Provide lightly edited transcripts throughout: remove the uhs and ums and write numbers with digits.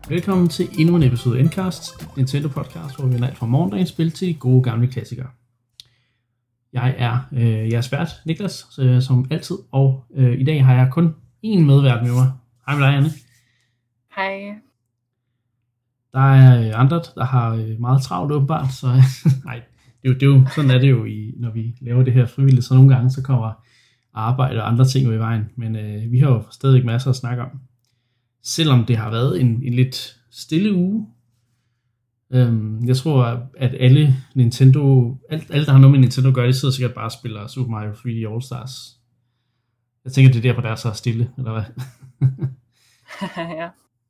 Velkommen til endnu en episode af Endcast, Nintendo podcast, hvor vi er alt fra morgendagens spil til de gode gamle klassikere. Jeg er jeres vært, Niklas, som altid, og i dag har jeg kun én medvært med mig. Hej med dig, Anne. Hej. Der er andre, der har meget travlt åbenbart, så nej, det er jo, sådan er det jo, når vi laver det her frivilligt, så nogle gange så kommer arbejde og andre ting i vejen, men vi har jo stadig masser at snakke om. Selvom det har været en lidt stille uge. Jeg tror, at alle der har noget med Nintendo at gøre, de sidder sikkert bare og spiller Super Mario 3D All Stars. Jeg tænker, det er derfor, der er så stille, eller hvad? Ja.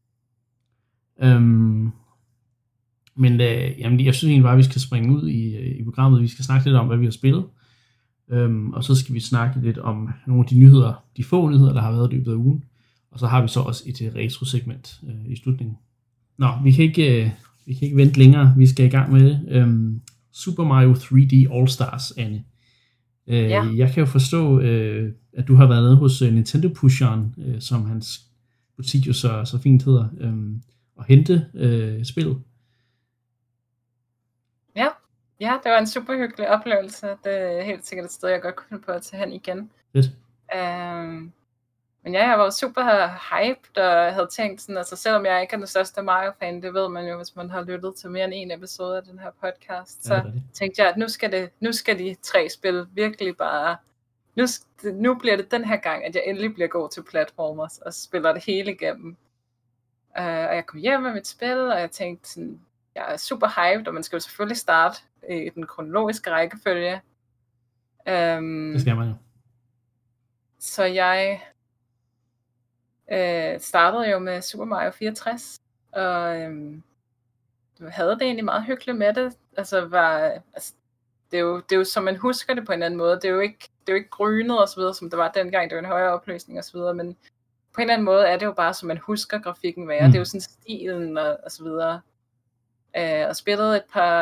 Men jeg synes egentlig bare, at vi skal springe ud i programmet. Vi skal snakke lidt om, hvad vi har spillet. Og så skal vi snakke lidt om nogle af de nyheder, de få nyheder, der har været i løbet af ugen. Og så har vi så også et retro-segment i slutningen. Nå, vi kan ikke vente længere. Vi skal i gang med det. Super Mario 3D All Stars, Anne. Ja. Jeg kan jo forstå, at du har været nede hos Nintendo Pusheren, som hans butik jo så fint hedder, og hente spillet. Ja, det var en super hyggelig oplevelse. Det er helt sikkert et sted, jeg godt kunne finde på at tage hen igen. Fedt. Men ja, jeg var super hyped, og jeg havde tænkt sådan, altså selvom jeg ikke er den største Mario-fan, det ved man jo, hvis man har lyttet til mere end en episode af den her podcast, så tænkte jeg, at nu skal de tre spil virkelig bare, nu bliver det den her gang, at jeg endelig bliver god til platformers, og spiller det hele igennem. Og jeg kom hjem med mit spil, og jeg tænkte sådan, jeg er super hyped, og man skal jo selvfølgelig starte i den kronologiske rækkefølge. Det skal man jo. Så jeg startede jo med Super Mario 64, og havde det egentlig meget hyggeligt med det. Det er jo som man husker det på en anden måde. Det er jo ikke grynet og så videre, som det var dengang. Det var en højere opløsning og så videre, men på en eller anden måde er det jo bare, som man husker grafikken være. Det er jo sådan stilen og så videre. Og spillede et par...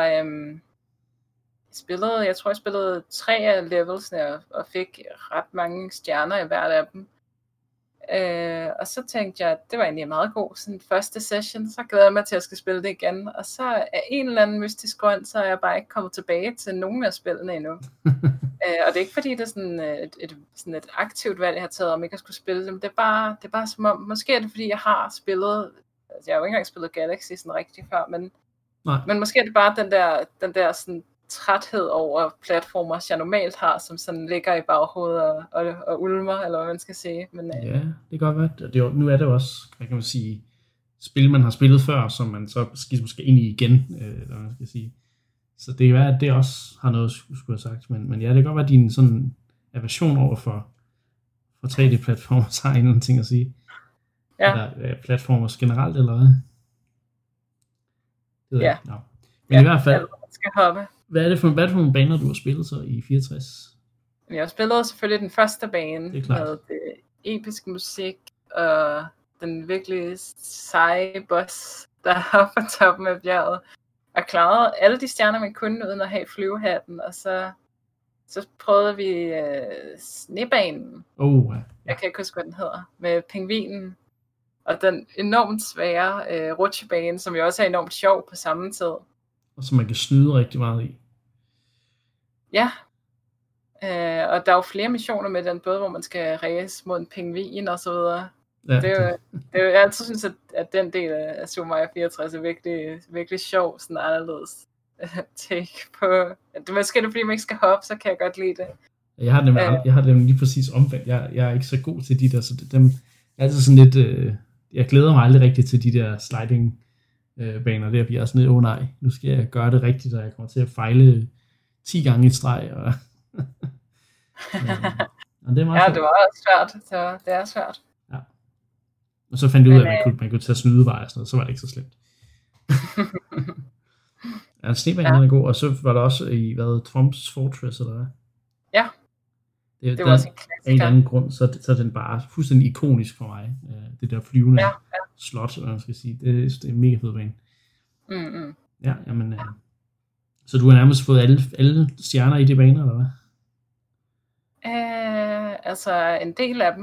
jeg tror jeg spillede 3 af levelsene og fik ret mange stjerner i hvert af dem. Og så tænkte jeg, at det var egentlig meget god sådan første session, så glæder jeg mig til at skal spille det igen, og så af en eller anden mystisk grund, så er jeg bare ikke kommet tilbage til nogen af spillene endnu. Og det er ikke fordi det er sådan et aktivt valg, jeg har taget om ikke at skulle spille dem, det er bare som om, måske er det fordi jeg har spillet, altså jeg har jo ikke engang spillet Galaxy sådan rigtig før, men måske er det bare den der sådan træthed over platformer, jeg normalt har, som sådan ligger i baghovedet og ulmer, eller hvad man skal sige. Men, ja, det kan godt være. Nu er det også, hvad kan man sige, spil, man har spillet før, som man så skal måske ind i igen, eller hvad man skal sige. Så det kan være, at det også har noget, skulle have sagt. Men ja, det kan godt være, at din sådan aversion over for 3D-platformer, så har en eller anden ting at sige. Ja. Eller platformer generelt, eller hvad? Ja. No. Men i hvert fald, man skal hoppe. Hvad er det for nogle baner, du har spillet så i 64? Jeg har spillet selvfølgelig den første bane med det episk musik og den virkelig seje boss, der er på toppen af bjerget. Og klarede alle de stjerner, man kunne, uden at have flyvehatten. Og så prøvede vi snebanen. Ja. Jeg kan ikke huske, hvad den hedder. Med pingvinen. Og den enormt svære rutsjebane, som jo også er enormt sjov på samme tid. Og som man kan snyde rigtig meget i. Ja, og der er jo flere missioner med den, både hvor man skal race mod en pingvin og så videre. Ja, det er jo, jeg altid synes, at den del af Super Mario 64 er virkelig, virkelig sjov, sådan anderledes take på. Måske er det, fordi man ikke skal hoppe, så kan jeg godt lide det. Jeg har dem lige præcis omvendt. Jeg er ikke så god til de der, så dem er altid sådan lidt, jeg glæder mig aldrig rigtigt til de der sliding baner der, fordi jeg er sådan lidt, nej, nu skal jeg gøre det rigtigt, og jeg kommer til at fejle 10 gange i streg. Og det er meget det var også svært, så det er svært. Ja. Og så fandt jeg ud af, at man kunne tage snydeveje og sådan noget, så var det ikke så slemt. Ja, snebanen er god, og så var der også i, Trumps Fortress, eller hvad? Ja, det var også en klassiker. Af en eller anden grund, så er den bare fuldstændig ikonisk for mig, det der flyvende slot, hvad man skal sige. Det er en mega fed bane. Mm-hmm. Ja, jamen... Så du har nærmest fået alle stjerner i de baner, eller hvad? Altså en del af dem.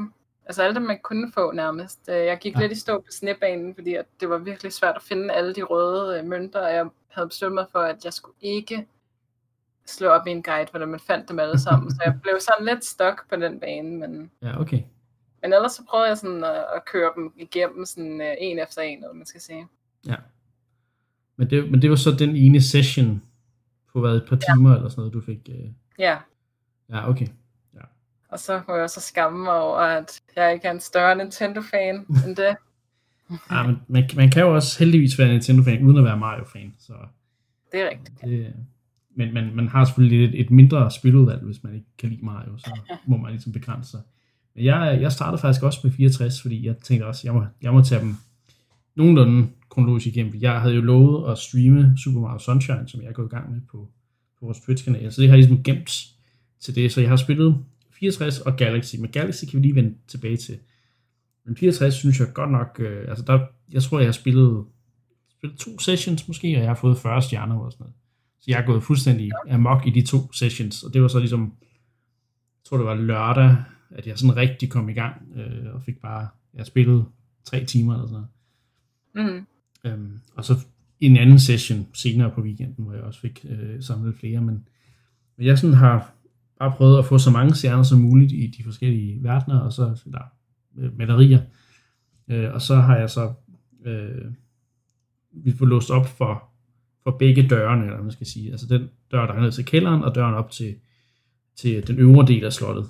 Altså alle dem, man kunne få nærmest. Jeg gik lidt i stå på snebanen, fordi at det var virkelig svært at finde alle de røde mønter, og jeg havde besluttet mig for, at jeg skulle ikke slå op i en guide, hvordan man fandt dem alle sammen. Så jeg blev sådan lidt stok på den bane, men... Ja, okay. Men ellers så prøvede jeg sådan at køre dem igennem sådan en efter en, eller man skal sige. Ja. Men det var så den ene session på et par timer eller sådan noget, du fik? Ja. Ja, okay. Ja. Og så må jeg så skamme mig over, at jeg ikke er en større Nintendo-fan end det. Ja, men man kan jo også heldigvis være Nintendo-fan, uden at være Mario-fan. Så det er rigtigt. Men man har selvfølgelig et mindre spiludvalg, hvis man ikke kan lide Mario, så må man ligesom begrænse sig. Men jeg startede faktisk også med 64, fordi jeg tænkte også, jeg må tage dem nogenlunde kronologisk igennem. Jeg havde jo lovet at streame Super Mario Sunshine, som jeg er gået i gang med på vores Twitch-kanal, så det har jeg ligesom gemt til det. Så jeg har spillet 64 og Galaxy, men Galaxy kan vi lige vende tilbage til. Men 64 synes jeg godt nok, jeg tror jeg har spillet 2 sessions måske, og jeg har fået 40 stjerner og sådan noget. Så jeg er gået fuldstændig amok i de 2 sessions, og det var så ligesom, jeg tror det var lørdag, at jeg sådan rigtig kom i gang, og fik bare, jeg spillede 3 timer eller sådan noget. Og så en anden session senere på weekenden, hvor jeg også fik samlet flere, men jeg sådan har bare prøvet at få så mange stjerner som muligt i de forskellige verdener, og så malerier, og så har jeg så vi får låst op for begge dørene, eller man skal sige, altså den dør, der er ned til kælderen, og døren op til den øvre del af slottet.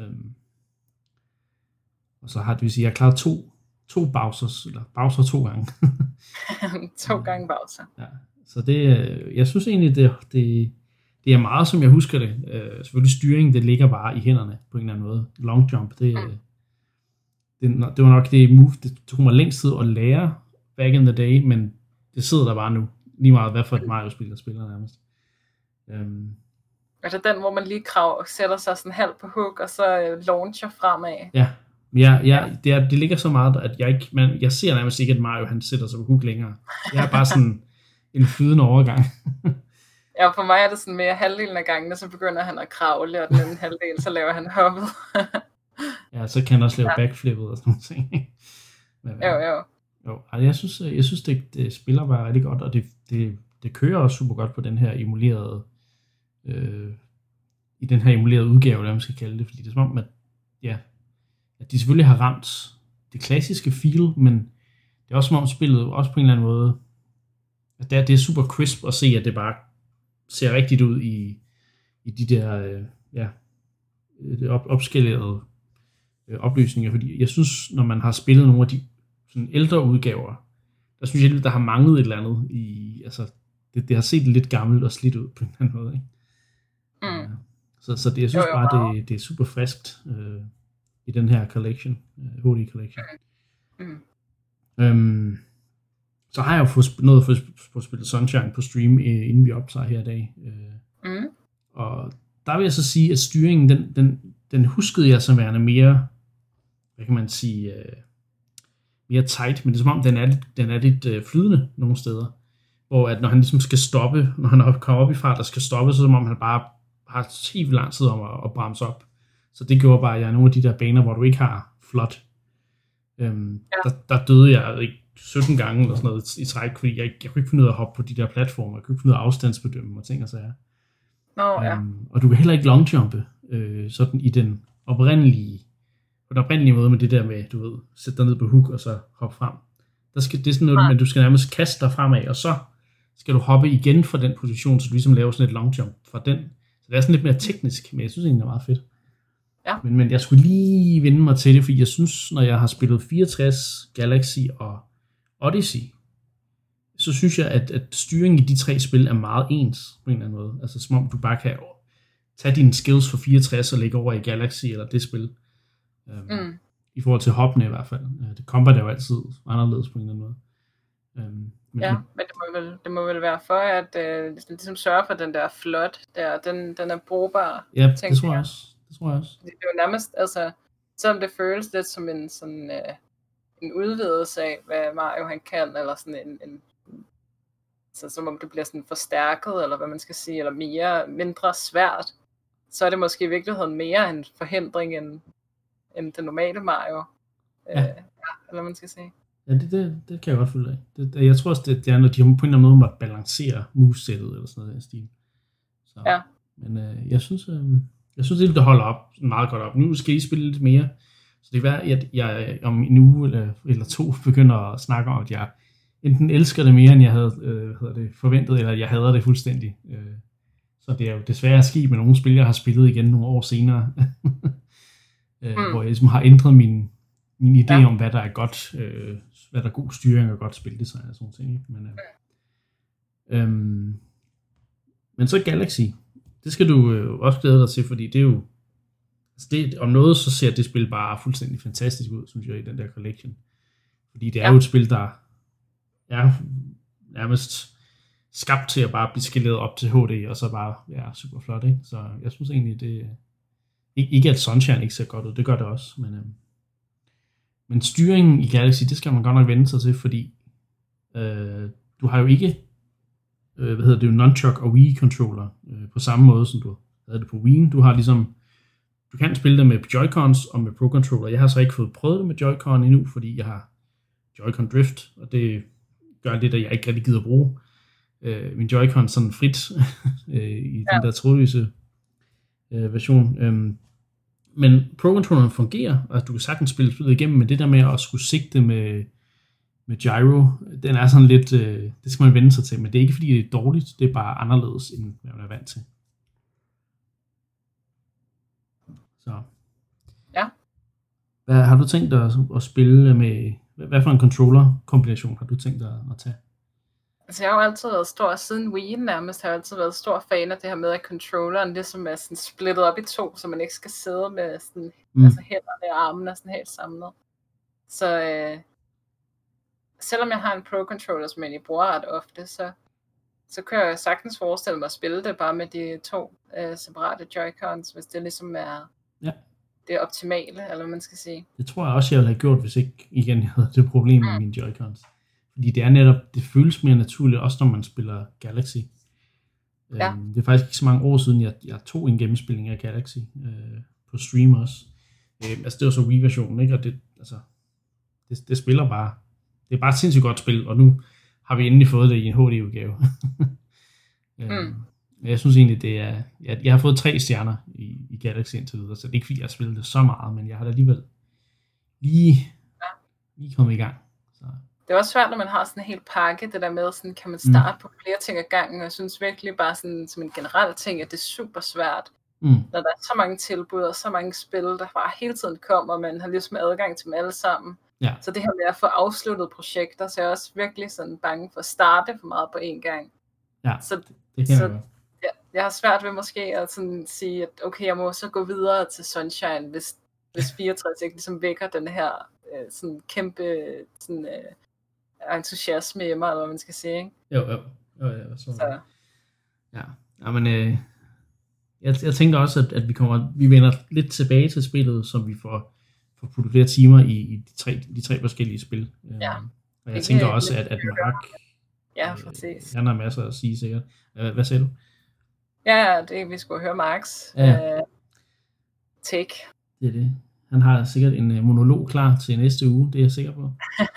Og så har det vil sige, at jeg har klaret to Bowsers, eller Bowser 2 gange. 2 gange Bowser. Ja, så jeg synes egentlig, det er meget, som jeg husker det. Selvfølgelig styringen, det ligger bare i hænderne på en eller anden måde. Long jump, det var nok det move, det tog mig længst tid at lære back in the day, men det sidder der bare nu. Lige meget, hvad for et Mario-spil, der spiller nærmest. Altså den, hvor man lige sætter sig sådan halvt på hook, og så launcher fremad. Ja, det ligger så meget, at jeg ser nærmest ikke, at Mario han sætter sig på hook længere. Jeg er bare sådan en flydende overgang. Ja, for mig er det sådan mere halvdelen af gangene, så begynder han at kravle, og den anden halvdel, så laver han hoppet. Ja, så kan han også lave backflippet og sådan noget. Men, jo, altså jeg synes det spiller bare rigtig godt, og det kører også super godt på den her emulerede i den her emulerede udgave, hvad man skal kalde det, fordi det er som om, at de selvfølgelig har ramt det klassiske feel, men det er også som om spillet også på en eller anden måde, at det er super crisp at se, at det bare ser rigtigt ud i de der opskalerede opløsninger, fordi jeg synes, når man har spillet nogle af de sådan ældre udgaver, der synes jeg, der har manglet et eller andet i, altså, det har set lidt gammelt og slidt ud på en eller anden måde, ikke? Så jeg synes bare, det er super friskt i den her collection, HD collection. Så har jeg jo fået spillet Sunshine på stream, inden vi optager her i dag. Og der vil jeg så sige, at styringen, den huskede jeg som værende mere, hvad kan man sige, mere tight, men det er som om, den er lidt flydende nogle steder. Hvor at når han ligesom skal stoppe, når han kommer op i fart og skal stoppe, så som om han bare har helt lang tid om at bremse op. Så det gjorde bare, at jeg er nogle af de der baner, hvor du ikke har flot. Der døde jeg ikke 17 gange eller sådan noget i træk, fordi jeg kunne ikke finde ud af at hoppe på de der platformer, jeg kunne ikke finde ud af at afstandsbedømme og ting og sager. Og du kan heller ikke longjumpe sådan i den oprindelige måde med det der med, du ved, sætte dig ned på hook og så hoppe frem. Det er sådan noget, men du skal nærmest kaste dig fremad, og så skal du hoppe igen fra den position, så du ligesom laver sådan et longjump fra den. Så det er sådan lidt mere teknisk, men jeg synes egentlig, det er meget fedt. Ja. Men jeg skulle lige vende mig til det, fordi jeg synes, når jeg har spillet 64, Galaxy og Odyssey, så synes jeg, at styringen i de 3 spil er meget ens på en eller anden måde. Altså som om du bare kan tage dine skills fra 64 og lægge over i Galaxy eller det spil. I forhold til hoppene i hvert fald. Det combat er jo altid anderledes på en eller anden måde. Men det må vel være for, at det ligesom sørger for den der flot der, den er brugbar. Ja, det tror jeg også. Det er jo nærmest, altså, selvom det føles lidt som en sådan en udvidelse af, hvad Mario han kan, eller sådan en så som om det bliver sådan forstærket, eller hvad man skal sige, eller mindre svært, så er det måske i virkeligheden mere en forhindring end den normale Mario. eller hvad man skal sige. Ja, det kan jeg godt følge af. Jeg tror også, det er, når de på en eller anden måde måtte balancere movesettet eller sådan noget i stil. Så, ja. Men jeg synes det holder op meget godt op. Nu skal I spille lidt mere. Så det kan være, at jeg om en uge eller 2 begynder at snakke om, at jeg enten elsker det mere, end jeg havde forventet, eller jeg hader det fuldstændig. Så det er jo desværre sket med nogle spil, jeg har spillet igen nogle år senere. Hvor jeg ligesom har ændret min idé om, hvad der er godt, hvad der er god styring og godt spildesign og sådan ting. Men så Galaxy, det skal du også glæde dig til, fordi det er jo, altså om noget, så ser det spil bare fuldstændig fantastisk ud, synes jeg, i den der collection. Fordi det er jo et spil, der er nærmest skabt til at bare blive skaleret op til HD, og så bare super flot, ikke? Så jeg synes egentlig, det ikke at Sunshine ikke ser godt ud, det gør det også, men styringen i Galaxy, det skal man godt nok vende sig til, fordi du har jo ikke nunchuck og Wii controller på samme måde, som du havde det på Wii. Du har ligesom, du kan spille det med Joy-Cons og med Pro Controller. Jeg har så ikke fået prøvet det med Joy-Con endnu, fordi jeg har Joy-Con Drift, og det gør lidt, at jeg ikke rigtig gider bruge min Joy-Con sådan frit i den der trådløse version. Men Pro-controlleren fungerer, og du kan sagtens spille spillet igennem, men det der med at skulle sigte med gyro, den er sådan lidt, det skal man vende sig til, men det er ikke fordi det er dårligt, det er bare anderledes, end hvad man er vant til. Så. Ja. Hvad har du tænkt dig at spille med, hvad for en controller-kombination har du tænkt dig at tage? Altså jeg har jo altid været stor, siden Wii nærmest har jeg altid været stor fan af det her med, at controlleren ligesom er sådan splittet op i 2, så man ikke skal sidde med sådan, altså hænderne og armene er sådan helt samlet. Så selvom jeg har en Pro-controller, som jeg egentlig bruger ret ofte, så kan jeg sagtens forestille mig at spille det bare med de 2 separate Joy-Cons, hvis det ligesom er det optimale, eller hvad man skal sige. Det tror jeg også, jeg ville have gjort, hvis ikke igen jeg havde det problem med mine Joy-Cons. Fordi det er netop, det føles mere naturligt, også når man spiller Galaxy. Det er faktisk ikke så mange år siden, jeg tog en gennemspilling af Galaxy på stream også. Altså det var så Wii-versionen, ikke? Og det spiller bare, det er bare et sindssygt godt spil, og nu har vi endelig fået det i en HD-udgave. Jeg synes egentlig, det er, jeg har fået 3 stjerner i Galaxy indtil videre, så det er ikke fordi, jeg har spillet det så meget, men jeg har da alligevel lige kommet i gang. Så. Det er også svært, når man har sådan en hel pakke, det der med, sådan kan man starte på flere ting ad gangen, og jeg synes virkelig bare sådan, som en generel ting, at det er super svært, når der er så mange tilbud, og så mange spil, der bare hele tiden kommer, og man har ligesom adgang til dem alle sammen. Ja. Så det her med at få afsluttet projekter, så er jeg også virkelig sådan bange for at starte for meget på én gang. Ja, så det kan jeg. Jeg har svært ved måske at sådan sige, at okay, jeg må så gå videre til Sunshine, hvis 64 ikke ligesom vækker den her sådan kæmpe sådan, entusiasme i mig, eller hvad man skal sige, ikke? Jo, så. Ja, men jeg tænker også, at vi vender lidt tilbage til spillet, som vi får puttet flere timer i de tre forskellige spil. Og jeg tænker også, at Mark, præcis. Han har masser at sige sikkert. Hvad siger du? Ja, det vi skulle høre Marks take. Det er det. Han har sikkert en monolog klar til næste uge, det er jeg sikker på.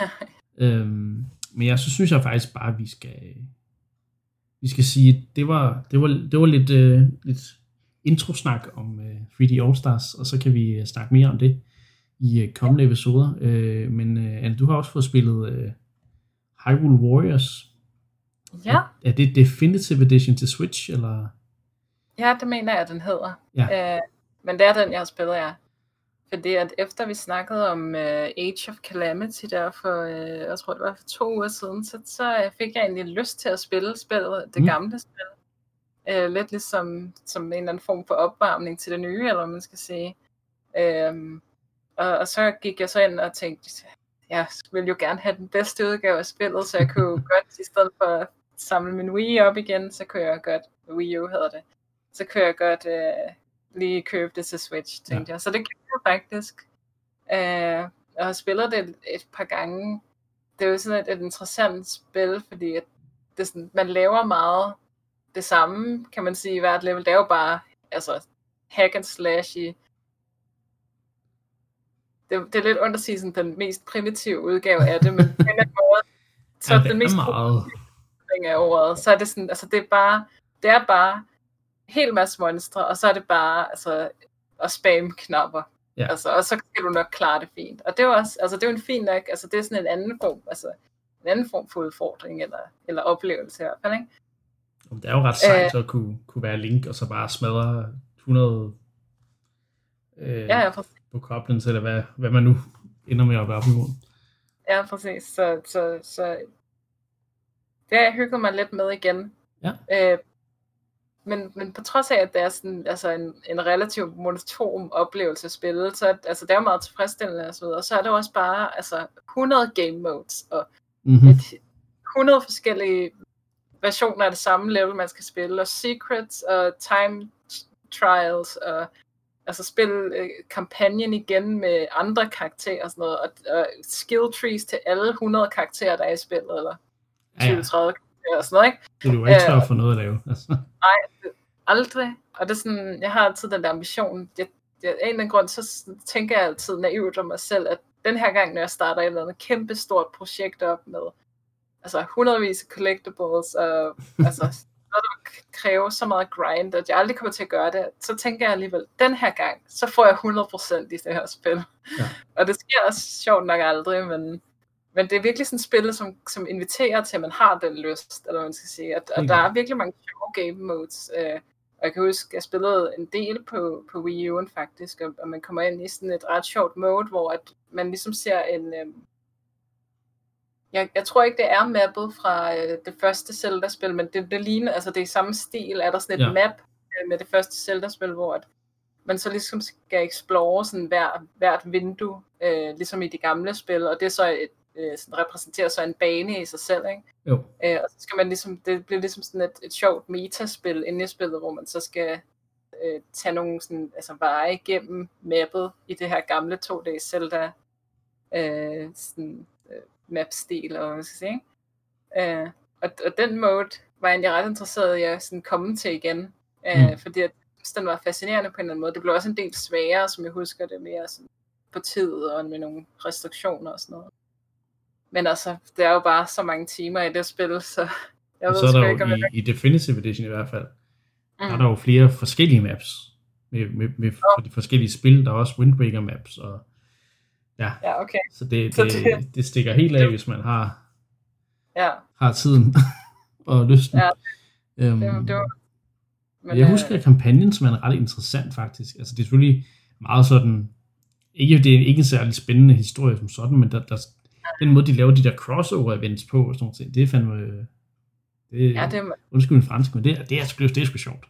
Men jeg synes jeg faktisk bare, at vi skal sige, at det var lidt introsnak om 3D All-Stars, og så kan vi snakke mere om det i kommende episoder. Men Anne, du har også fået spillet Hyrule Warriors. Ja. Er det Definitive Edition til Switch, eller? Ja, det mener jeg, den hedder. Ja. Men det er den, jeg har spillet, ja. Fordi at efter vi snakkede om Age of Calamity der for, jeg tror det var for 2 uger siden, så fik jeg egentlig lyst til at spille spillet, det gamle spil. Lidt ligesom en eller anden form for opvarmning til det nye, eller hvad man skal sige. Og så gik jeg så ind og tænkte, jeg ville jo gerne have den bedste udgave af spillet, så jeg kunne godt, i stedet for at samle min Wii op igen, så kunne jeg godt, Wii U hedder det, så kunne jeg godt lige købe det til Switch, tænkte jeg. Så det gjorde jeg faktisk. Jeg har spillet det et par gange. Det er jo sådan et interessant spil, fordi at det sådan, man laver meget det samme, kan man sige, i hvert level. Det er jo bare hack and slash i det er lidt ondt at sige sådan, den mest primitive udgave af det, men på en eller anden måde, så Ja, den mest primitive af ordet, så er det sådan, altså det er bare helt masse monstre, og så er det bare altså at spamme knapper. Ja. Altså, og så kan du nok klare det fint. Og det er jo også, altså det er jo en fin nok, altså det er sådan en anden form for udfordring eller oplevelse i hvert fald, ikke? Det er jo ret sejt at kunne være Link, og så bare smadre 100 på goblins, eller hvad man nu ender med at være op imod. Ja, præcis. Så det har jeg hygget mig lidt med igen. Ja. Men på trods af, at det er sådan, altså en relativt monoton oplevelse at spille, så altså, det er jo meget tilfredsstillende og så videre. Så er det også bare altså, 100 game modes og 100 forskellige versioner af det samme level, man skal spille, og secrets og time trials, og altså spille kampagnen igen med andre karakterer og sådan noget, og skill trees til alle 100 karakterer, der er i spillet, eller 20-30 karakterer og sådan noget, ikke? Det er jo ikke tør for noget at lave. Altså. Nej, aldrig. Og det er sådan, jeg har altid den der ambition. Af en eller anden grund, så tænker jeg altid naivt om mig selv, at den her gang, når jeg starter et eller andet kæmpe stort projekt op med altså hundredvis af collectibles, og altså noget, der kræver så meget grind, at jeg aldrig kommer til at gøre det, så tænker jeg alligevel, den her gang, så får jeg 100% i det her spil. Ja. Og det sker også sjovt nok aldrig, men det er virkelig sådan et spil, som inviterer til, at man har den lyst, eller man skal sige. Og der er virkelig mange sjove game modes. Og jeg kan huske, at jeg spillede en del på Wii U'en faktisk, og man kommer ind i sådan et ret sjovt mode, hvor at man ligesom ser en... Jeg tror ikke, det er mappet fra det første Zelda-spil, men det ligner, altså det er i samme stil, er der sådan et map med det første Zelda-spil, hvor at man så ligesom skal explore sådan hvert vindue, ligesom i de gamle spil, og det er så sådan repræsenterer så en bane i sig selv, ikke? Jo. Og så skal man ligesom, det bliver ligesom sådan et sjovt metaspil inde i spillet, hvor man så skal tage nogle sådan, altså veje igennem mappet i det her gamle 2D Zelda sådan map-stil, og hvad man skal sige, ikke? Og den mode var jeg egentlig ret interesseret i at sådan komme til igen, fordi at den var fascinerende på en eller anden måde. Det blev også en del sværere, som jeg husker det, mere sådan på tid og med nogle restriktioner og sådan noget. Men altså, det er jo bare så mange timer i det spil, så jeg ved sgu ikke, om jeg... I Definitive Edition i hvert fald, der er der jo flere forskellige maps med for de forskellige spil. Der er også Wind Waker maps, og ja, okay. Så det stikker helt af, hvis man har tiden og lysten. Ja, det var... Men jeg husker, at kampagnen, som er ret interessant faktisk. Altså det er selvfølgelig meget sådan, det er ikke en særlig spændende historie som sådan, men den måde, de laver de der crossover-events på, og sådan noget, det er fandme... Undskyld min fransk, men det er sgu sjovt.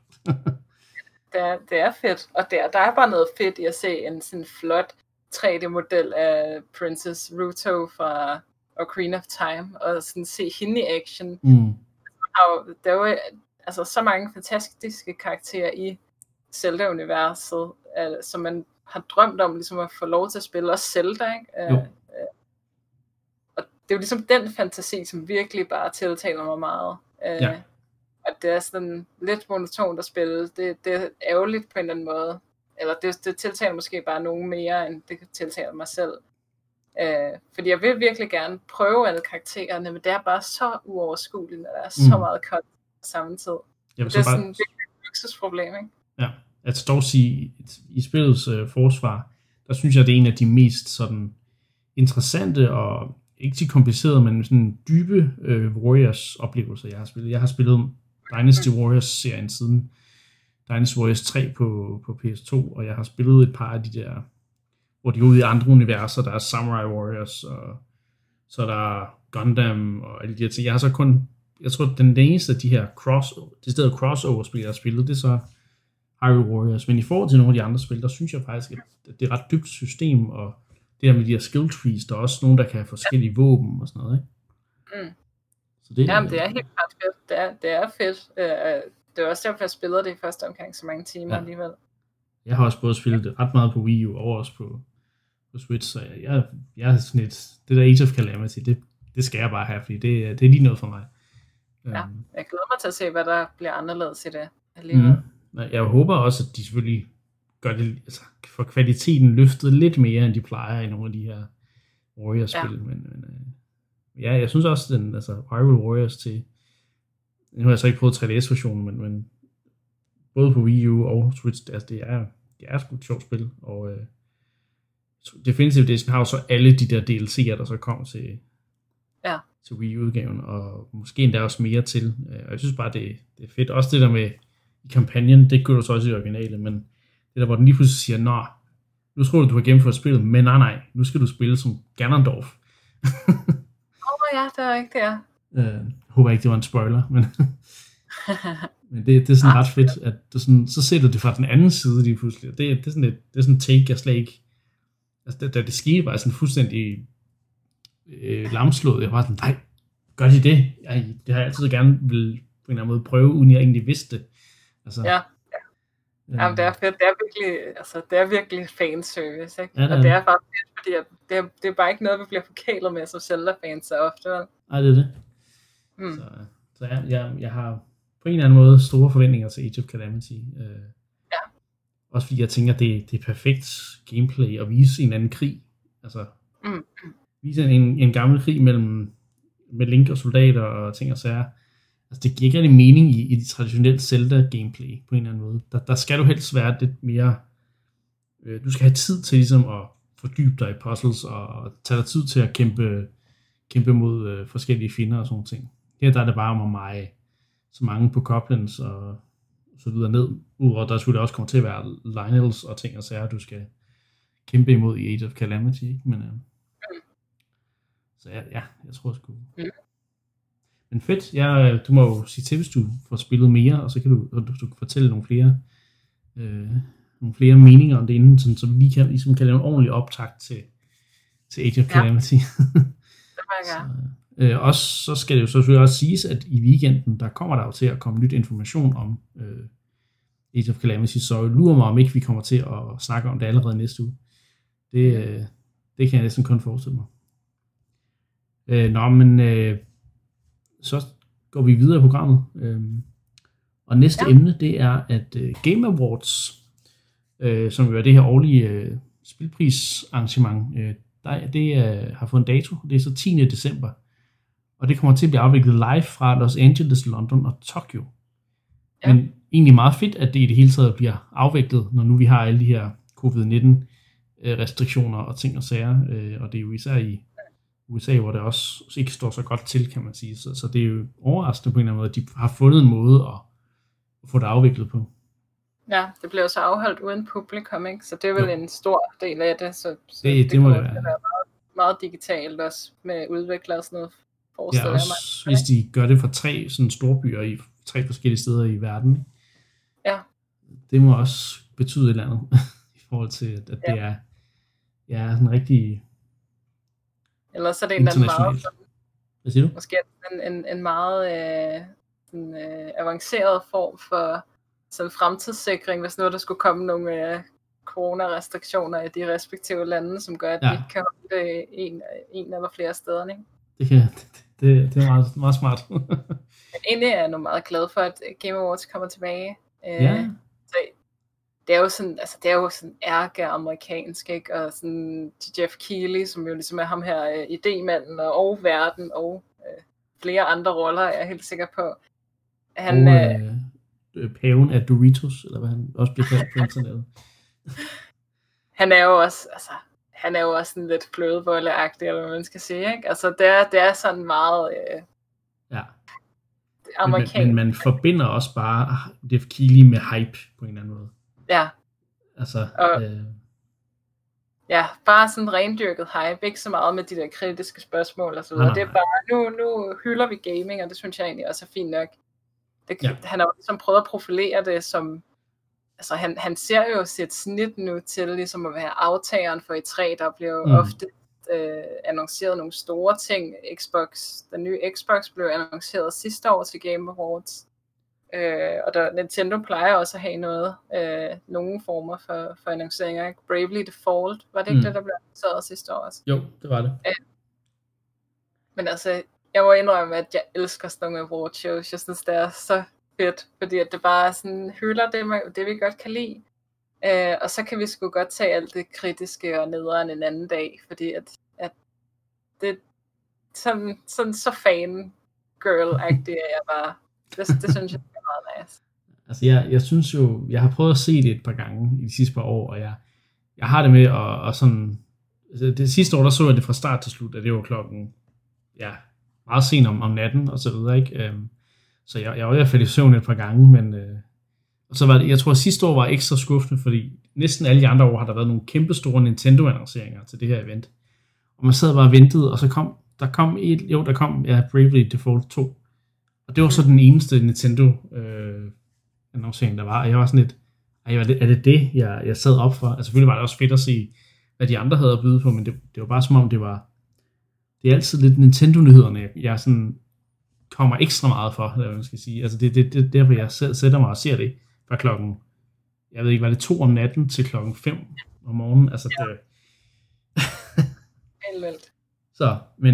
det er fedt, og der er bare noget fedt i at se en sådan flot 3D-model af Princess Ruto fra Ocarina of Time, og sådan se hende i action. Der er jo altså så mange fantastiske karakterer i Zelda-universet, som man har drømt om ligesom at få lov til at spille, også Zelda, ikke? Og det er jo ligesom den fantasi, som virkelig bare tiltaler mig meget. At det er sådan lidt monotont at spille, det er ærgerligt på en eller anden måde. Eller det tiltaler måske bare nogen mere, end det tiltaler mig selv. Fordi jeg vil virkelig gerne prøve alle karaktererne, men det er bare så uoverskueligt, når der er så meget content på samme tid. Det er sådan virkelig et luksusproblem, ikke? Ja, jeg skal dog sige, i spillets forsvar, der synes jeg, det er en af de mest sådan interessante og ikke så komplicerede, men sådan dybe Warriors-oplevelser, jeg har spillet. Jeg har spillet Dynasty Warriors-serien siden Dynasty Warriors 3 på PS2, og jeg har spillet et par af de der, hvor de er ude i andre universer. Der er Samurai Warriors, og så er der Gundam, og alle de her ting. Jeg har så kun, jeg tror, den eneste af de her crossover-spil, jeg har spillet, det er så Hyrule Warriors. Men i forhold til nogle af de andre spil, der synes jeg faktisk, at det er et ret dybt system, og det her med de her skill trees, der er også nogen, der kan have forskellige våben og sådan noget, ikke? Så det, jamen, det er helt klart fedt. Det er fedt. Det er også derfor, jeg spillede det i første omgang så mange timer alligevel. Jeg har også både spillet det ret meget på Wii U, og også på Switch, så jeg er sådan det der Age of Calamity, det skal jeg bare have, fordi det er lige noget for mig. Ja, jeg glæder mig til at se, hvad der bliver anderledes i det alligevel. Jeg håber også, at de selvfølgelig gør det, altså, for kvaliteten løftet lidt mere, end de plejer i nogle af de her Warriors-spil. Ja. Men ja, jeg synes også, Hyrule Warriors til, nu har jeg så ikke prøvet 3DS-versionen, men både på Wii U og Switch, altså det er sgu et sjovt spil, og Definitive Edition har jo så alle de der DLC'er, der så kom til Wii U-udgaven, og måske endda også mere til, og jeg synes bare, det er fedt. Også det der med i kampagnen, det gør du så også i originale, men det der, hvor den lige pludselig siger, nå, nu tror du har gennemført spillet, men nej, nu skal du spille som Ganondorf. Ja, det er rigtigt, ja. Håber ikke, det var en spoiler, men men det er sådan ret fedt, at det sådan, så ser du det fra den anden side lige pludselig. Det er sådan et take, jeg slet ikke, altså da det skete, var jeg sådan fuldstændig lamslået. Jeg var sådan, nej, gør de det? Det har jeg altid gerne vil på en eller anden måde prøve, uden jeg egentlig vidste det. Altså, ja. Jamen, det er fedt. Det er virkelig fanservice, ikke? Ja, og det er bare fedt, fordi det er bare ikke noget, vi bliver forkælet med som Zelda-fans så ofte. Nej, det er det. Så jeg har på en eller anden måde store forventninger til Age of Calamity. Også fordi jeg tænker, det er perfekt gameplay at vise en anden krig. Altså, vise en gammel krig med Link og soldater og ting og sager. Altså, det giver ikke rigtig mening i de traditionelle Zelda-gameplay på en eller anden måde. Der skal du helst være lidt mere... du skal have tid til ligesom at fordybe dig i puzzles og tage dig tid til at kæmpe mod forskellige fjender og sådan ting. Her der er det bare om at meje så mange på Goblins og så videre ned. Udover der skulle det også komme til at være Lionels og ting og sager, du skal kæmpe imod i Age of Calamity. Ikke? Men, så jeg tror sgu... Men fedt, du må jo sige til, hvis du får spillet mere, og så kan du kan fortælle nogle flere meninger om det inden, sådan, så vi lige kan lave en ordentlig optakt til Age of Calamity. Det må jeg gerne. Også så skal det jo selvfølgelig også siges, at i weekenden, der kommer der jo til at komme nyt information om Age of Calamity, så lurer mig om ikke vi kommer til at snakke om det allerede næste uge. Det kan jeg næsten kun forestille mig. Så går vi videre i programmet. Og næste emne, det er, at Game Awards, som jo er det her årlige spilprisarrangement, det har fået en dato. Det er så 10. december. Og det kommer til at blive afviklet live fra Los Angeles, London og Tokyo. Ja. Men egentlig meget fedt, at det i det hele taget bliver afviklet, når nu vi har alle de her COVID-19 restriktioner og ting og sager. Og det er jo især i USA, hvor det også ikke står så godt til, kan man sige. Så det er jo overraskende på en eller anden måde, at de har fundet en måde at få det afviklet på. Ja, det blev så afholdt uden publikum, ikke? Så det er vel en stor del af det. Så det må det være. Meget, meget digitalt også med udviklere og sådan noget. Ja, også hvis de gør det for 3 sådan store byer i 3 forskellige steder i verden. Ja. Det må også betyde et eller andet i forhold til, at det er sådan rigtig eller så er det en meget, hvad siger du? Måske en meget avanceret form for sådan fremtidssikring, hvis nu der skulle komme nogle coronarestriktioner i de respektive lande, som gør, at de ikke kan holde det en eller flere steder, ikke? Det er meget, meget smart. Men egentlig er jeg nu meget glad for, at Game Awards kommer tilbage. Så det er jo sådan, altså det er jo sådan ærke-amerikansk, ikke? Og sådan Jeff Keighley, som jo ligesom er ham her idémanden og verden og flere andre roller, er jeg helt sikker på. Han paven af Doritos, eller hvad han også bliver kaldt på internettet. Han er jo også sådan lidt flødebolleagtig, eller hvad man skal sige, ikke? Altså det er sådan meget amerikansk. Men man forbinder også bare Jeff Keighley med hype på en eller anden måde. Ja. Altså, bare sådan rendyrket hype, ikke så meget med de der kritiske spørgsmål og så videre. Det er bare, nu hylder vi gaming, og det synes jeg egentlig også er fint nok. Han har jo ligesom prøvet at profilere det som, altså han ser jo sit snit nu til ligesom at være aftageren for E3, der bliver jo ofte annonceret nogle store ting. Den nye Xbox blev annonceret sidste år til Game Awards. Og Nintendo plejer også at have nogle former for annonceringer. Bravely Default, var det ikke det, der blev annonceret sidste år også? Jo, det var det. Men altså, jeg må indrømme, at jeg elsker sådan nogle award shows. Jeg synes, det er så fedt, fordi at det bare sådan hylder det vi godt kan lide. Og så kan vi sgu godt tage alt det kritiske og nederen en anden dag, fordi at det sådan så fan-girl-agtigt er jeg bare. Det synes jeg er meget nice. Altså jeg synes jo, jeg har prøvet at se det et par gange i de sidste par år, og jeg har det med at sådan, altså det sidste år, der så jeg det fra start til slut, at det var klokken, meget sent om natten og så videre, ikke? Så jeg var i hvert fald i søvn et par gange, men og så var det, jeg tror at sidste år var ekstra skuffende, fordi næsten alle de andre år har der været nogle kæmpe store Nintendo-annonceringer til det her event, og man sad bare og ventede, og så kom Bravely Default 2, og det var så den eneste Nintendo annoncering, der var, og jeg var sådan lidt, er det jeg sad op for? Altså selvfølgelig var det også fedt at se, hvad de andre havde at byde på, men det var bare som om det er altid lidt Nintendo-nyhederne, jeg sådan kommer ekstra meget for, hvad man skal sige. Altså det er derfor, jeg sætter mig og ser det fra klokken, jeg ved ikke, var det 2 om natten til klokken 5 om morgenen, altså det. Helt vildt. Så, men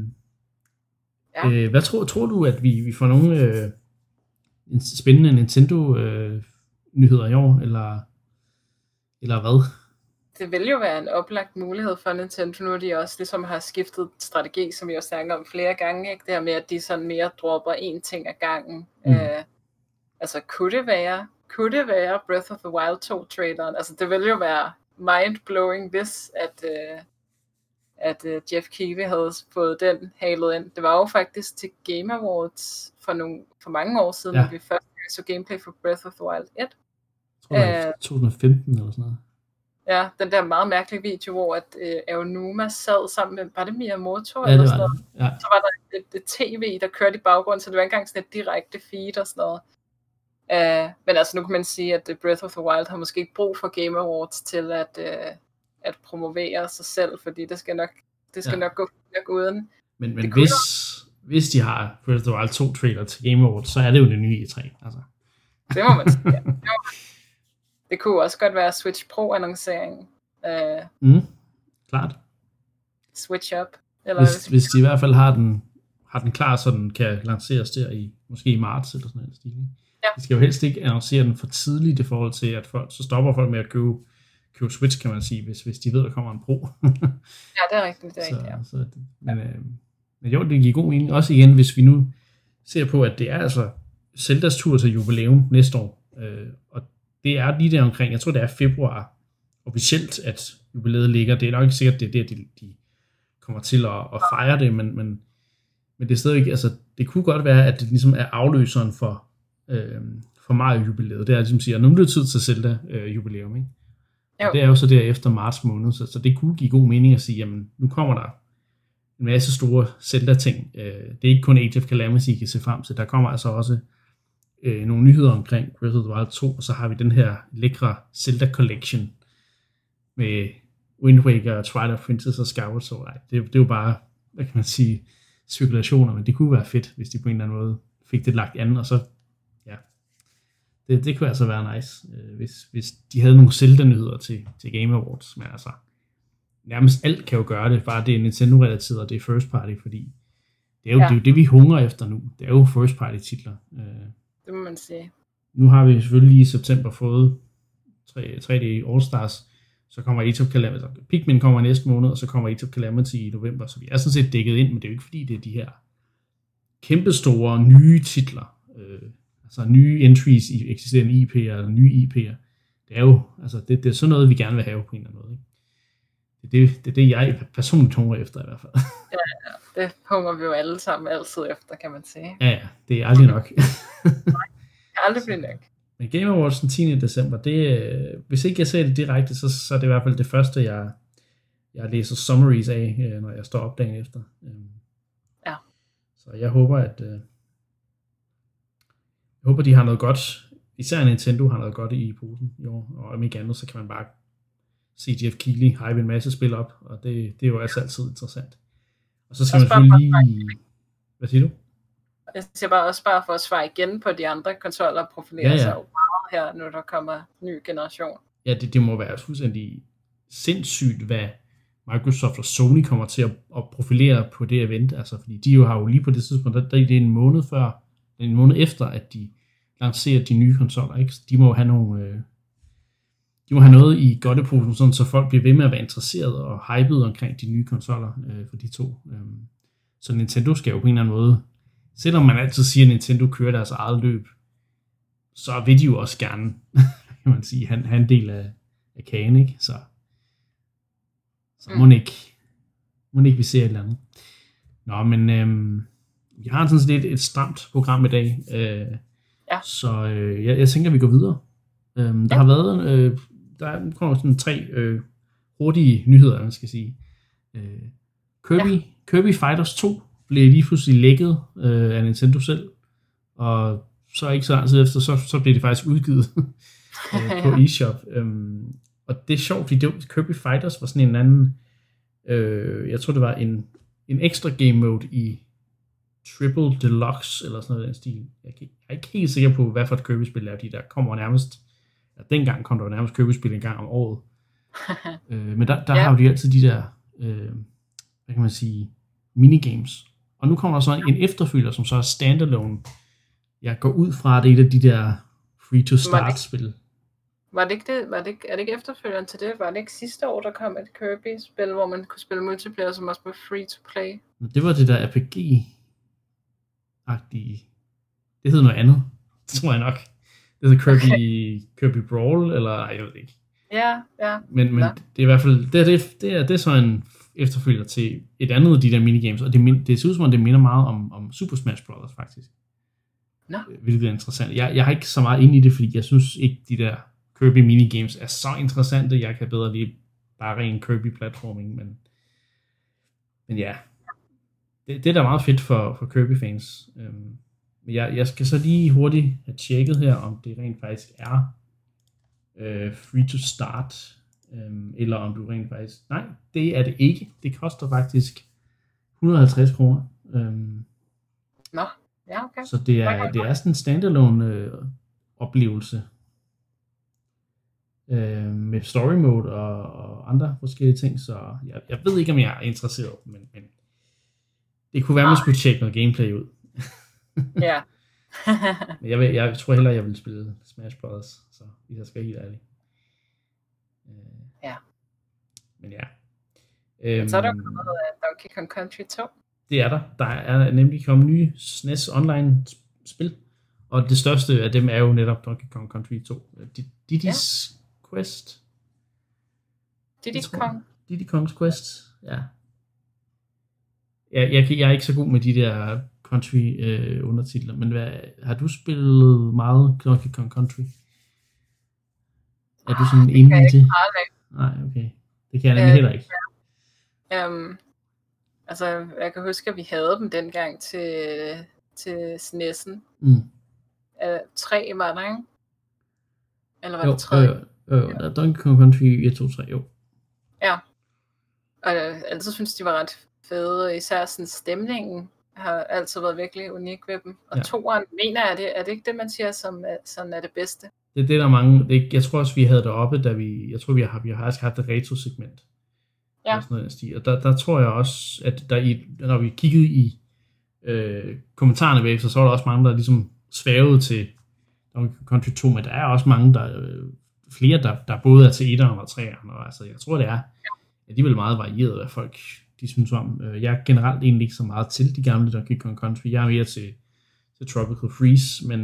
hvad tror du, at vi får nogle spændende Nintendo-nyheder i år, eller hvad? Det vil jo være en oplagt mulighed for Nintendo, nu de også ligesom har skiftet strategi, som vi jo snakker om flere gange, ikke? Det her med, at de sådan mere dropper én ting ad gangen. Altså, kunne det være Breath of the Wild 2-traileren? Altså, det vil jo være mind-blowing, hvis at Jeff Keighley havde fået den halet ind. Det var jo faktisk til Game Awards for mange år siden, når vi først så gameplay for Breath of the Wild 1. Jeg tror, det var 2015 eller sådan noget. Ja, den der meget mærkelige video, hvor at Aonuma sad sammen med, var det Miyamoto eller sådan noget? Ja. Så var der et tv, der kørte i baggrunden, så det var ikke engang sådan et direkte feed og sådan noget. Men altså nu kan man sige, at Breath of the Wild har måske ikke brug for Game Awards til at promovere sig selv, fordi det skal nok gå uden. Men hvis de har Breath of the Wild 2 trailer til Game Awards, så er det jo det nye E3. Altså. Det må man sige, ja. Det kunne også godt være Switch Pro-annonceringen. Klart. Switch up. Eller hvis de i hvert fald har den klar, så den kan lanceres der måske i marts eller sådan noget stil. Ja. De skal jo helst ikke annoncere den for tidligt i forhold til, at så stopper folk med at købe Switch, kan man sige, hvis de ved, der kommer en Pro. Ja, det er rigtigt. Men jo, det giver god mening. Også igen, hvis vi nu ser på, at det er altså Zeldas tur til jubilæum næste år. Og det er lige der omkring, jeg tror det er februar officielt, at jubilæet ligger. Det er nok ikke sikkert, det er der, de kommer til at fejre det, men det er stadigvæk, altså det kunne godt være, at det ligesom er afløseren for Mario-jubilæet. Det er ligesom siger, nu er det tid til Zelda-jubilæum, ikke? Det er jo så der efter marts måned, så det kunne give god mening at sige, jamen nu kommer der en masse store Zelda-ting. Det er ikke kun Age of Calamity, I kan se frem til. Der kommer altså også nogle nyheder omkring Breath of the Wild 2, og så har vi den her lækre Zelda Collection med Wind Waker, Twilight Princess og Skyward Sword. Det er jo bare, hvad kan man sige, spekulationer, men det kunne være fedt, hvis de på en eller anden måde fik det lagt an, og så, ja, det kunne altså være nice, hvis de havde nogle Zelda-nyheder til Game Awards, men altså, nærmest alt kan jo gøre det, bare det er Nintendo-relateret, og det er first party, fordi det er jo det, vi hungrer efter nu. Det er jo first party titler. Det må man sige. Nu har vi selvfølgelig i september fået 3D All-Stars, så kommer Age of Calamity. Pikmin kommer næste måned, og så kommer Age of Calamity i november, så vi er sådan set dækket ind, men det er jo ikke fordi, det er de her kæmpestore nye titler, altså nye entries i eksisterende IP'er, eller nye IP'er. Det er jo, altså det er sådan noget, vi gerne vil have på en eller anden måde, ikke? Det er det, jeg personligt hungrer efter i hvert fald. Ja, det hungrer vi jo alle sammen altid efter, kan man sige. Ja, det er aldrig nok. Nej, aldrig bliver nok. Men Game Awards den 10. december, hvis ikke jeg ser det direkte, så er det i hvert fald det første, jeg læser summaries af, når jeg står op dagen efter. Ja. Så jeg håber, de har noget godt. Især Nintendo har noget godt i posen i år, og om ikke andet, så kan man bare se Jeff Keighley hype en masse spil op, og det er jo altså altid interessant. Og så skal man selvfølgelig lige... Hvad siger du? Jeg siger bare for at svare igen på de andre konsoller, profilerer sig jo meget her, når der kommer ny generation. Ja, det må være fuldstændig sindssygt, hvad Microsoft og Sony kommer til at profilere på det event, altså fordi de jo har jo lige på det tidspunkt, det er en måned efter, at de lancerer de nye konsoller, ikke? De må jo have nogle... de må have noget i godteposen, sådan, så folk bliver ved med at være interesseret og hyped omkring de nye konsoller for de to. Så Nintendo skal jo på en eller anden måde, selvom man altid siger, at Nintendo kører deres eget løb, så vil de jo også gerne, kan man sige, have en del af kagen, ikke? Så må ikke vi ser et eller andet. Nå, men vi har sådan set et stramt program i dag, så jeg tænker, at vi går videre. Der har været, der kommer sådan 3 hurtige nyheder, man skal sige. Kirby Fighters 2 blev lige pludselig lækket af Nintendo selv, og så ikke så lang tid efter, så blev det faktisk udgivet på eShop. Og det er sjovt, fordi Kirby Fighters var sådan en anden, jeg tror det var en ekstra game mode i Triple Deluxe, eller sådan noget af den stil. Jeg er ikke helt sikker på, hvad for et Kirby-spil er, de der kommer nærmest, dengang kom der nærmest Kirby-spil en gang om året. Men der har jo de altid de der, hvad kan man sige, minigames. Og nu kommer der så en efterfølger, som så er standalone. Jeg går ud fra, at det er et af de der free-to-start-spil. Er det ikke efterfølgeren til det? Var det ikke sidste år, der kom et Kirby-spil, hvor man kunne spille multiplayer, som også var free-to-play? Det var det der RPG-agtige. Det hed noget andet, tror jeg nok. Det hedder Kirby Brawl, eller nej, jeg ved ikke. Ja. Men det er i hvert fald, det er så en efterfølger til et andet af de der minigames, og det ser ud som om, det minder meget om Super Smash Bros. Faktisk. Hvilket er interessant. Jeg har ikke så meget inde i det, fordi jeg synes ikke, de der Kirby minigames er så interessante. Jeg kan bedre lide bare ren Kirby-platforming, men ja, det er da meget fedt for Kirby-fans. Men jeg skal så lige hurtigt have tjekket her, om det rent faktisk er free to start, eller om du rent faktisk... Nej, det er det ikke. Det koster faktisk 150 kroner. Nå, ja, okay. Så det er sådan en standalone oplevelse. Med story mode og andre forskellige ting, så jeg ved ikke, om jeg er interesseret, men det kunne være, at man skulle tjekke noget gameplay ud. Ja. Men jeg tror hellere, jeg vil spille Smash Bros., så hvis jeg skal være helt ærlig. Ja. Men ja. Så er der kommet Donkey Kong Country 2. Det er der. Der er nemlig kommet nye SNES online spil, og det største af dem er jo netop Donkey Kong Country 2. Diddy's Quest. Diddy Kong's Quest, ja. Jeg er ikke så god med de der country undertitler, men har du spillet meget Donkey Kong Country? Er du sådan enig i det? Nej, okay. Det kan jeg nemlig heller ikke. Altså, jeg kan huske, at vi havde dem dengang til SNES'en. 3 var der, ikke? Eller var det 3? Jo, Donkey Kong Country 1, 2, 3, jo. Ja. Og jeg altid synes, de var ret fede. Især sådan stemningen har altid været virkelig unik ved dem. Og toeren, mener jeg det, er det ikke det, man siger, som sådan er det bedste? Det er det, der er mange... jeg tror også, vi havde det oppe, da jeg tror, vi har også haft et retro-segment. Ja. Sådan noget, og der tror jeg også, at når vi kiggede i kommentarerne bagefter, så var der også mange, der ligesom svævede til Donkey Kong Country 2, men der er også mange, flere, der både er til 1'eren og 3'eren, og altså, jeg tror, det er alligevel meget varieret, hvad folk de synes om. Jeg er generelt egentlig ikke så meget til de gamle Donkey Kong Country. Jeg er mere til Tropical Freeze, men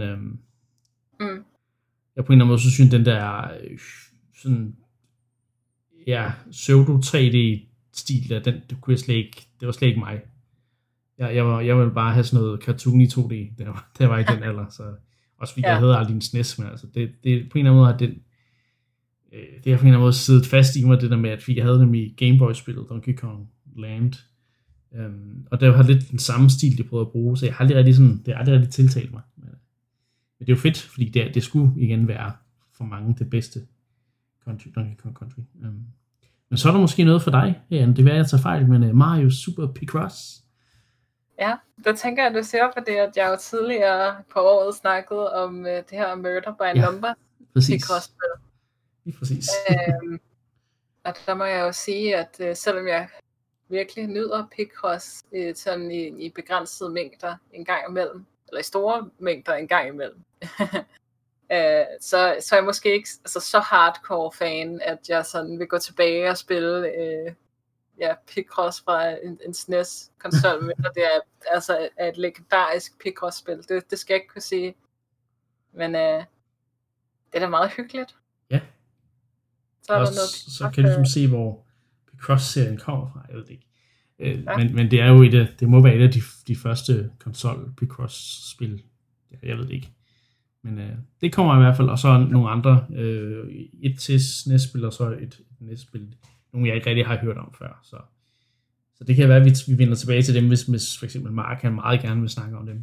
jeg på en eller anden måde så synes, den der sådan pseudo 3D-stil der, det var slet ikke mig. Jeg ville bare have sådan noget cartoon i 2D, der var i den alder, så også fordi jeg havde aldrig en SNES, men altså det på en eller anden måde har det har på en eller anden måde siddet fast i mig, det der med, at jeg havde dem i Game Boy-spillet Donkey Kong Land, og det har lidt den samme stil, de prøvede at bruge, så jeg har aldrig rigtig tiltalt mig. Men det er jo fedt, fordi det skulle igen være for mange det bedste Donkey Kong Country. Men så er der måske noget for dig, Jan. Det vil jeg tage fejl, men Mario Super Picross. Ja, der tænker jeg, at du ser for det, at jeg jo tidligere på året snakkede om det her Murder by Number Picross-spil. Lige præcis. Og der må jeg jo sige, at selvom jeg virkelig nyder Picross sådan i begrænsede mængder en gang imellem, eller i store mængder en gang imellem, så er jeg måske ikke altså, så hardcore fan, at jeg sådan vil gå tilbage og spille Picross fra en SNES-konsol, men det er et legendarisk Picross-spil. Det skal jeg ikke kunne sige. Men det er da meget hyggeligt. Ja. Så er der noget så kan du ligesom se, hvor Picross-serien kommer fra. Jeg ved det ikke. Men det er jo det må være et af de første konsol Picross-spil. Jeg ved det ikke. Men det kommer i hvert fald, og så nogle andre, et til SNES-spil, og så et NES-spil, nogle jeg ikke rigtig har hørt om før. Så det kan være, at vi vender tilbage til dem, hvis for eksempel Mark han meget gerne vil snakke om dem.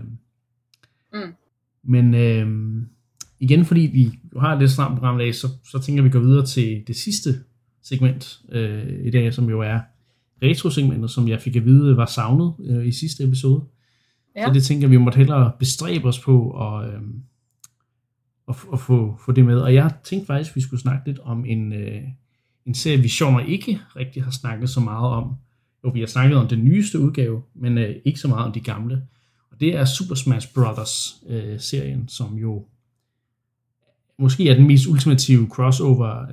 Men igen, fordi vi har et lidt stramt program i dag, så tænker vi at gå videre til det sidste segment i dag, som jo er retro-segmentet, som jeg fik at vide var savnet i sidste episode. Ja. Så det tænker vi måtte hellere bestræbe os på at få det med. Og jeg tænkte faktisk, at vi skulle snakke lidt om en serie, vi sjovt nok ikke rigtig har snakket så meget om. Jo, vi har snakket om den nyeste udgave, men ikke så meget om de gamle. Og det er Super Smash Bros. Serien, som jo måske er den mest ultimative crossover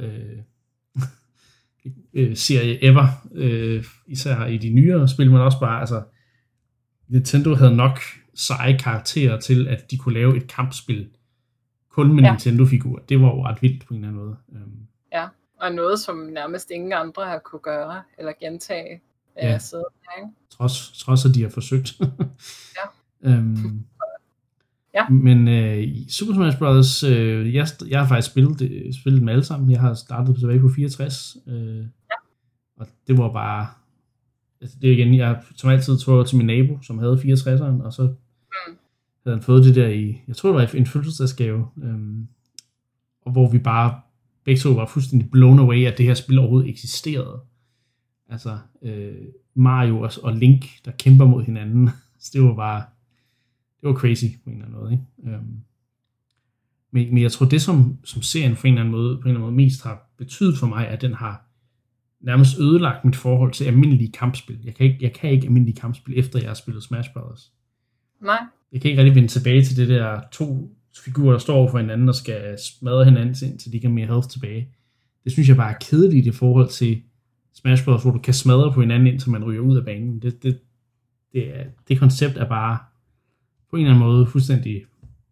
serie ever. Især i de nyere spil, men også bare, altså Nintendo havde nok seje karakterer til, at de kunne lave et kampspil kun med Nintendo-figurer. Det var jo ret vildt på en eller anden måde. Ja, og noget, som nærmest ingen andre har kunne gøre, eller gentage siden. Trods at de har forsøgt. Ja. Men Super Smash Bros. Jeg har faktisk spillet dem alle sammen. Jeg har startet tilbage på 64. Og det var bare... Altså det er igen, jeg som altid tog over til min nabo, som havde 64'eren, og så havde han fået det der jeg tror det var en fødselsdagsgave, og hvor vi bare begge to var fuldstændig blown away, at det her spil overhovedet eksisterede. Altså Mario og Link, der kæmper mod hinanden. Så det var crazy på en eller anden måde, ikke? Men jeg tror det som serien på en eller anden måde mest har betydet for mig, at den har nærmest ødelagt mit forhold til almindelige kampspil. Jeg kan ikke almindelige kampspil, efter jeg har spillet Smash Bros. Nej. Jeg kan ikke rigtig vende tilbage til det der to figurer, der står over for hinanden og skal smadre hinanden, indtil de kan mere health tilbage. Det synes jeg bare er kedeligt i forhold til Smash Bros., hvor du kan smadre på hinanden, indtil man ryger ud af banen. Det koncept er bare på en eller anden måde fuldstændig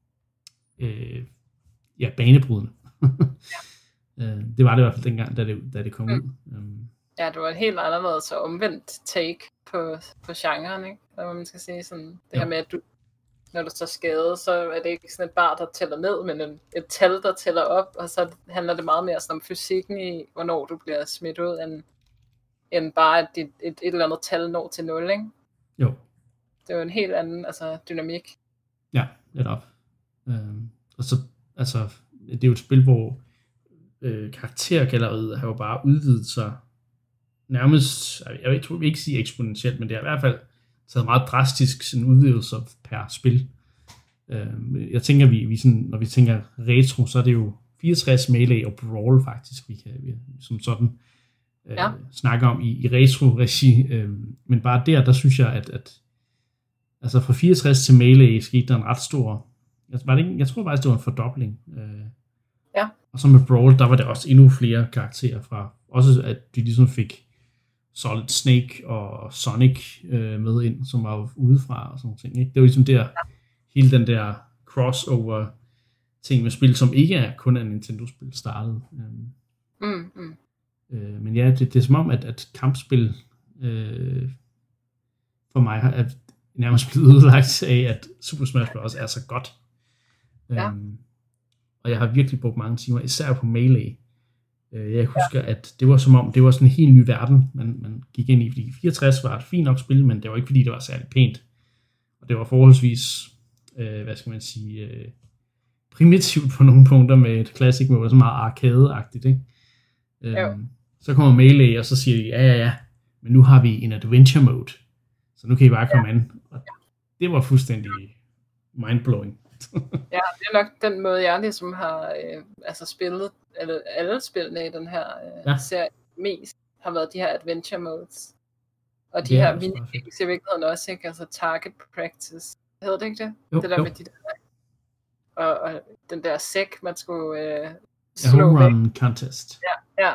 banebrydende. Det var det i hvert fald dengang, da det kom ud. Ja, det var et helt anderledes og omvendt take på genren, ikke? Hvad man skal sige, sådan det her med, at når du står skadet, så er det ikke sådan et bar, der tæller ned, men et tal, der tæller op, og så handler det meget mere sådan om fysikken i, hvornår du bliver smidt ud, end bare, at et eller andet tal når til 0, ikke? Jo. Det er jo en helt anden dynamik. Ja, netop. Og så, altså, det er jo et spil, hvor karaktergalleriet har jo bare udvidet sig nærmest, jeg vil ikke sige eksponentielt, men det er i hvert fald taget meget drastisk sådan udvidelser per spil. Jeg tænker, vi sådan, når vi tænker retro, så er det jo 64 Melee og Brawl faktisk, vi som sådan snakke om i retro-regi. Men bare der synes jeg, at altså fra 64 til Melee skete der en ret stor, jeg tror faktisk, det var en fordobling. Og så med Brawl, der var der også endnu flere karakterer fra, også at de ligesom fik Solid Snake og Sonic med ind, som var udefra og sådan ting, ikke? Det var ligesom der, hele den der crossover ting med spil, som ikke er kun af Nintendo-spil startede. Men ja, det er som om, at kampspil for mig er nærmest blevet udlagt af, at Super Smash Bros. Er så godt. Og jeg har virkelig brugt mange timer, især på Melee. Jeg husker, at det var som om, det var sådan en helt ny verden, man gik ind i, fordi 64 var et fint nok spil, men det var ikke fordi, det var særlig pænt. Og det var forholdsvis, hvad skal man sige, primitivt på nogle punkter med et classic mode, så meget arcade-agtigt, ikke? Så kommer Melee, og så siger de, ja, men nu har vi en adventure mode, så nu kan I bare komme an. Og det var fuldstændig mindblowing. Ja, det er nok den måde, jeg ligesom har spillet, eller alle spillene i den her serie mest, har været de her adventure modes. Og de her minigames i virkeligheden også, ikke? Altså target practice. Hedder det ikke det? Jo, det der med de der og den der sæk, man skulle slå home væk. run contest. Ja.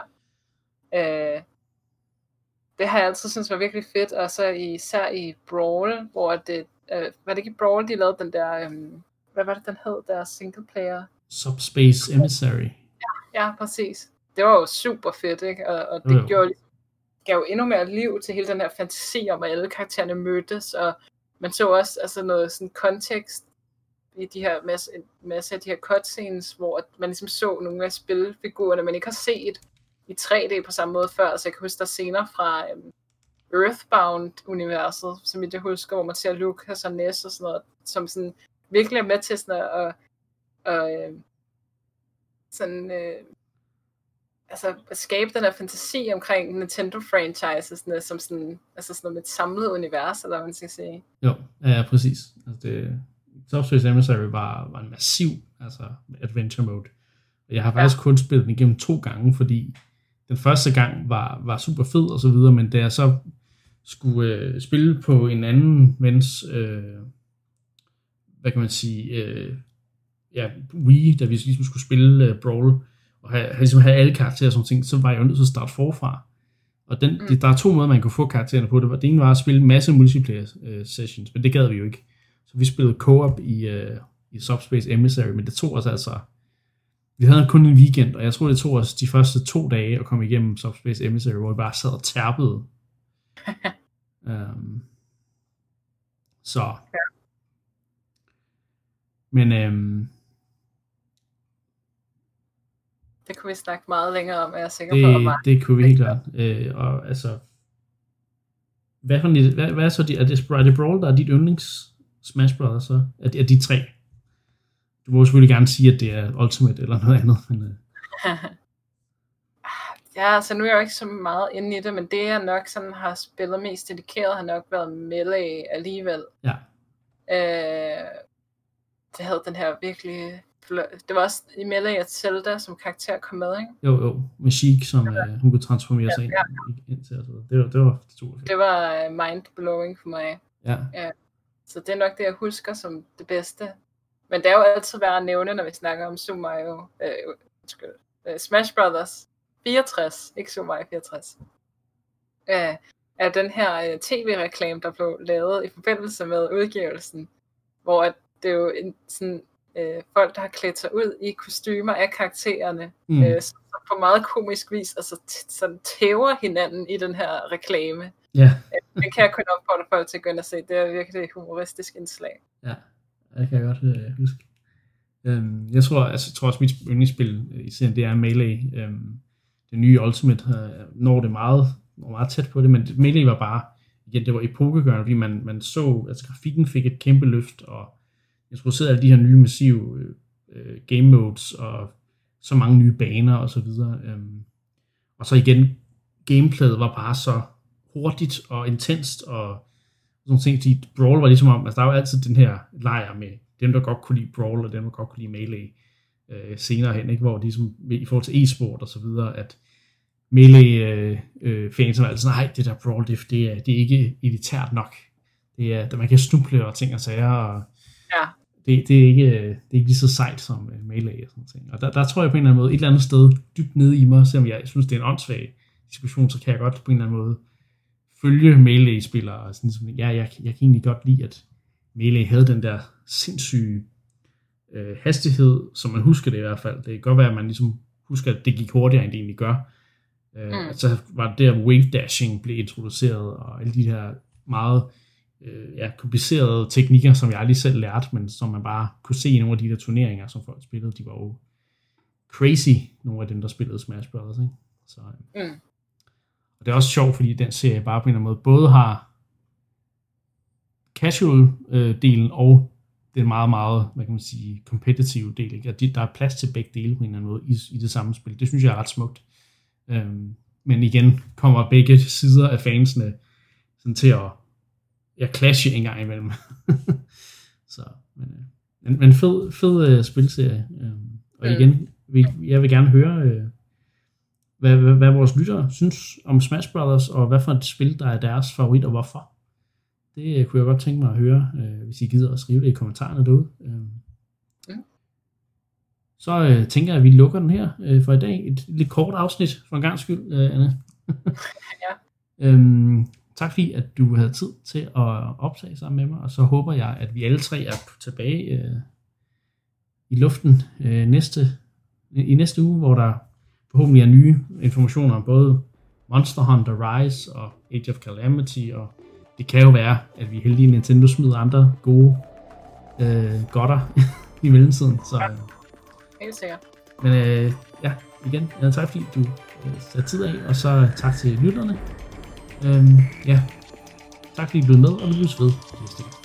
Det har jeg altid synes var virkelig fedt, og så især i Brawl, hvor det, var det ikke i Brawl, de lavede den der, hvad var det, den hed, der single player? Subspace Emissary. Ja, præcis. Det var jo super fedt, ikke? Og det gav endnu mere liv til hele den her fantasi om, at alle karaktererne mødtes, og man så også altså noget sådan kontekst i de her masse af de her cutscenes, hvor man ligesom så nogle af spilfigurerne, man ikke har set i 3D på samme måde før. Altså jeg kan huske der scener fra Earthbound-universet, som jeg husker, hvor man ser Lucas og Ness og sådan noget, som sådan virkelig er med til sådan at skabe den her fantasi omkring Nintendo-franchisesne, som sådan, altså sådan noget med et samlet univers, eller hvad man skal sige. Jo, ja, præcis. Altså Subspace Emissary var en massiv adventure mode. Jeg har faktisk kun spillet den igennem 2 gange, fordi den første gang var super fed og så videre, men da jeg så skulle spille på en anden vens, hvad kan man sige, Wii, da vi ligesom skulle spille Brawl, og have alle karakterer og sådan ting, så var jeg jo nødt til at starte forfra. Og der er 2 måder, man kunne få karaktererne på. Det ene var at spille en masse multiplayer sessions, men det gad vi jo ikke. Så vi spillede co-op i Subspace Emissary, men det tog os altså... Vi havde kun en weekend, og jeg tror, det tog os de første 2 dage at komme igennem Subspace Emissary, hvor vi bare sad og tærpede. Så. Men... det kunne vi snakke meget længere om, er jeg sikker på. Det kunne vi helt klart. Og altså... Hvad er så er det Brawl, der er dit yndlings Smash Brothers, så? Er de 3? Du må selvfølgelig gerne sige, at det er Ultimate eller noget andet. Men, ja, så nu er jeg jo ikke så meget inde i det, men det jeg nok sådan har spillet mest dedikeret, har nok været Melee alligevel. Ja. Det havde den her virkelig... Det var også i Melee, at Zelda som karakter kom med, ikke? Jo. Med Sheik, som hun kunne transformere sig ind til. Det var super fedt. Det var mind-blowing for mig. Ja. Så det er nok det, jeg husker som det bedste. Men det er jo altid værd at nævne, når vi snakker om Super Mario, Smash Brothers 64, ikke Super Mario 64. Af den her tv-reklame, der blev lavet i forbindelse med udgivelsen, hvor det er jo sådan folk, der har klædt sig ud i kostymer af karaktererne, som på meget komisk vis altså sådan tæver hinanden i den her reklame. Ja. Det kan jeg kun opfordre folk til at gå ind og se. Det er virkelig et humoristisk indslag. Ja, det kan jeg godt huske. Jeg tror også mit yndlingsspil i serien, det er Melee. Det nye Ultimate når det meget tæt på det, men Melee var bare, igen, det var epokegørende, fordi man så, at grafikken fik et kæmpe løft, og introducerede alle de her nye massive game modes, og så mange nye baner, og så videre. Og så igen, gameplayet var bare så hurtigt og intenst, og sådan ting, fordi Brawl var ligesom om, altså der var altid den her lejr med dem, der godt kunne lide Brawl, og dem, der godt kunne lide Melee senere hen, ikke? Hvor ligesom, i forhold til e-sport og så videre, at Melee-fans var altid, nej, det der Brawl, det er ikke elitært nok. Det er, man kan snuble og ting og sager, og det er ikke lige så sejt som Melee og sådan ting. Og der tror jeg på en eller anden måde, et eller andet sted dybt nede i mig, selvom jeg synes, det er en åndssvag diskussion, så kan jeg godt på en eller anden måde følge Melee-spillere, og sådan, som, jeg kan egentlig godt lide, at Melee havde den der sindssyge hastighed, som man husker det i hvert fald. Det kan godt være, at man ligesom husker, at det gik hurtigere, end det egentlig gør. Så var det der wave dashing blev introduceret, og alle de her meget komplicerede teknikker, som jeg aldrig selv lærte, men som man bare kunne se i nogle af de der turneringer, som folk spillede. De var jo crazy, nogle af dem, der spillede Smash Brothers, ikke? Så, og det er også sjovt, fordi den serie bare på en eller anden måde både har casual-delen og den meget, meget, hvad kan man sige, competitive del, ikke? At der er plads til begge dele på en eller anden måde i det samme spil. Det synes jeg er ret smukt. Men igen kommer begge sider af fansene sådan til at clashe en gang imellem. Så, men fed spilserie. Og igen, jeg vil gerne høre, hvad vores lyttere synes om Smash Brothers, og hvad for et spil, der er deres favorit, og hvorfor. Det kunne jeg godt tænke mig at høre, hvis I gider at skrive det i kommentarerne derude. så tænker jeg, at vi lukker den her for i dag. Et lidt kort afsnit for en gang skyld, Anne. Ja. Tak fordi, at du havde tid til at optage sammen med mig, og så håber jeg, at vi alle tre er tilbage i luften i næste uge, hvor der forhåbentlig er nye informationer om både Monster Hunter Rise og Age of Calamity, og det kan jo være, at vi heldige Nintendo smider andre gode godter i mellemtiden. Så, helt sikkert. Men ja, igen, tak fordi du satte tid af, og så tak til lytterne. Ja, tak fordi I blev med, og vi lyttes ved næste gang.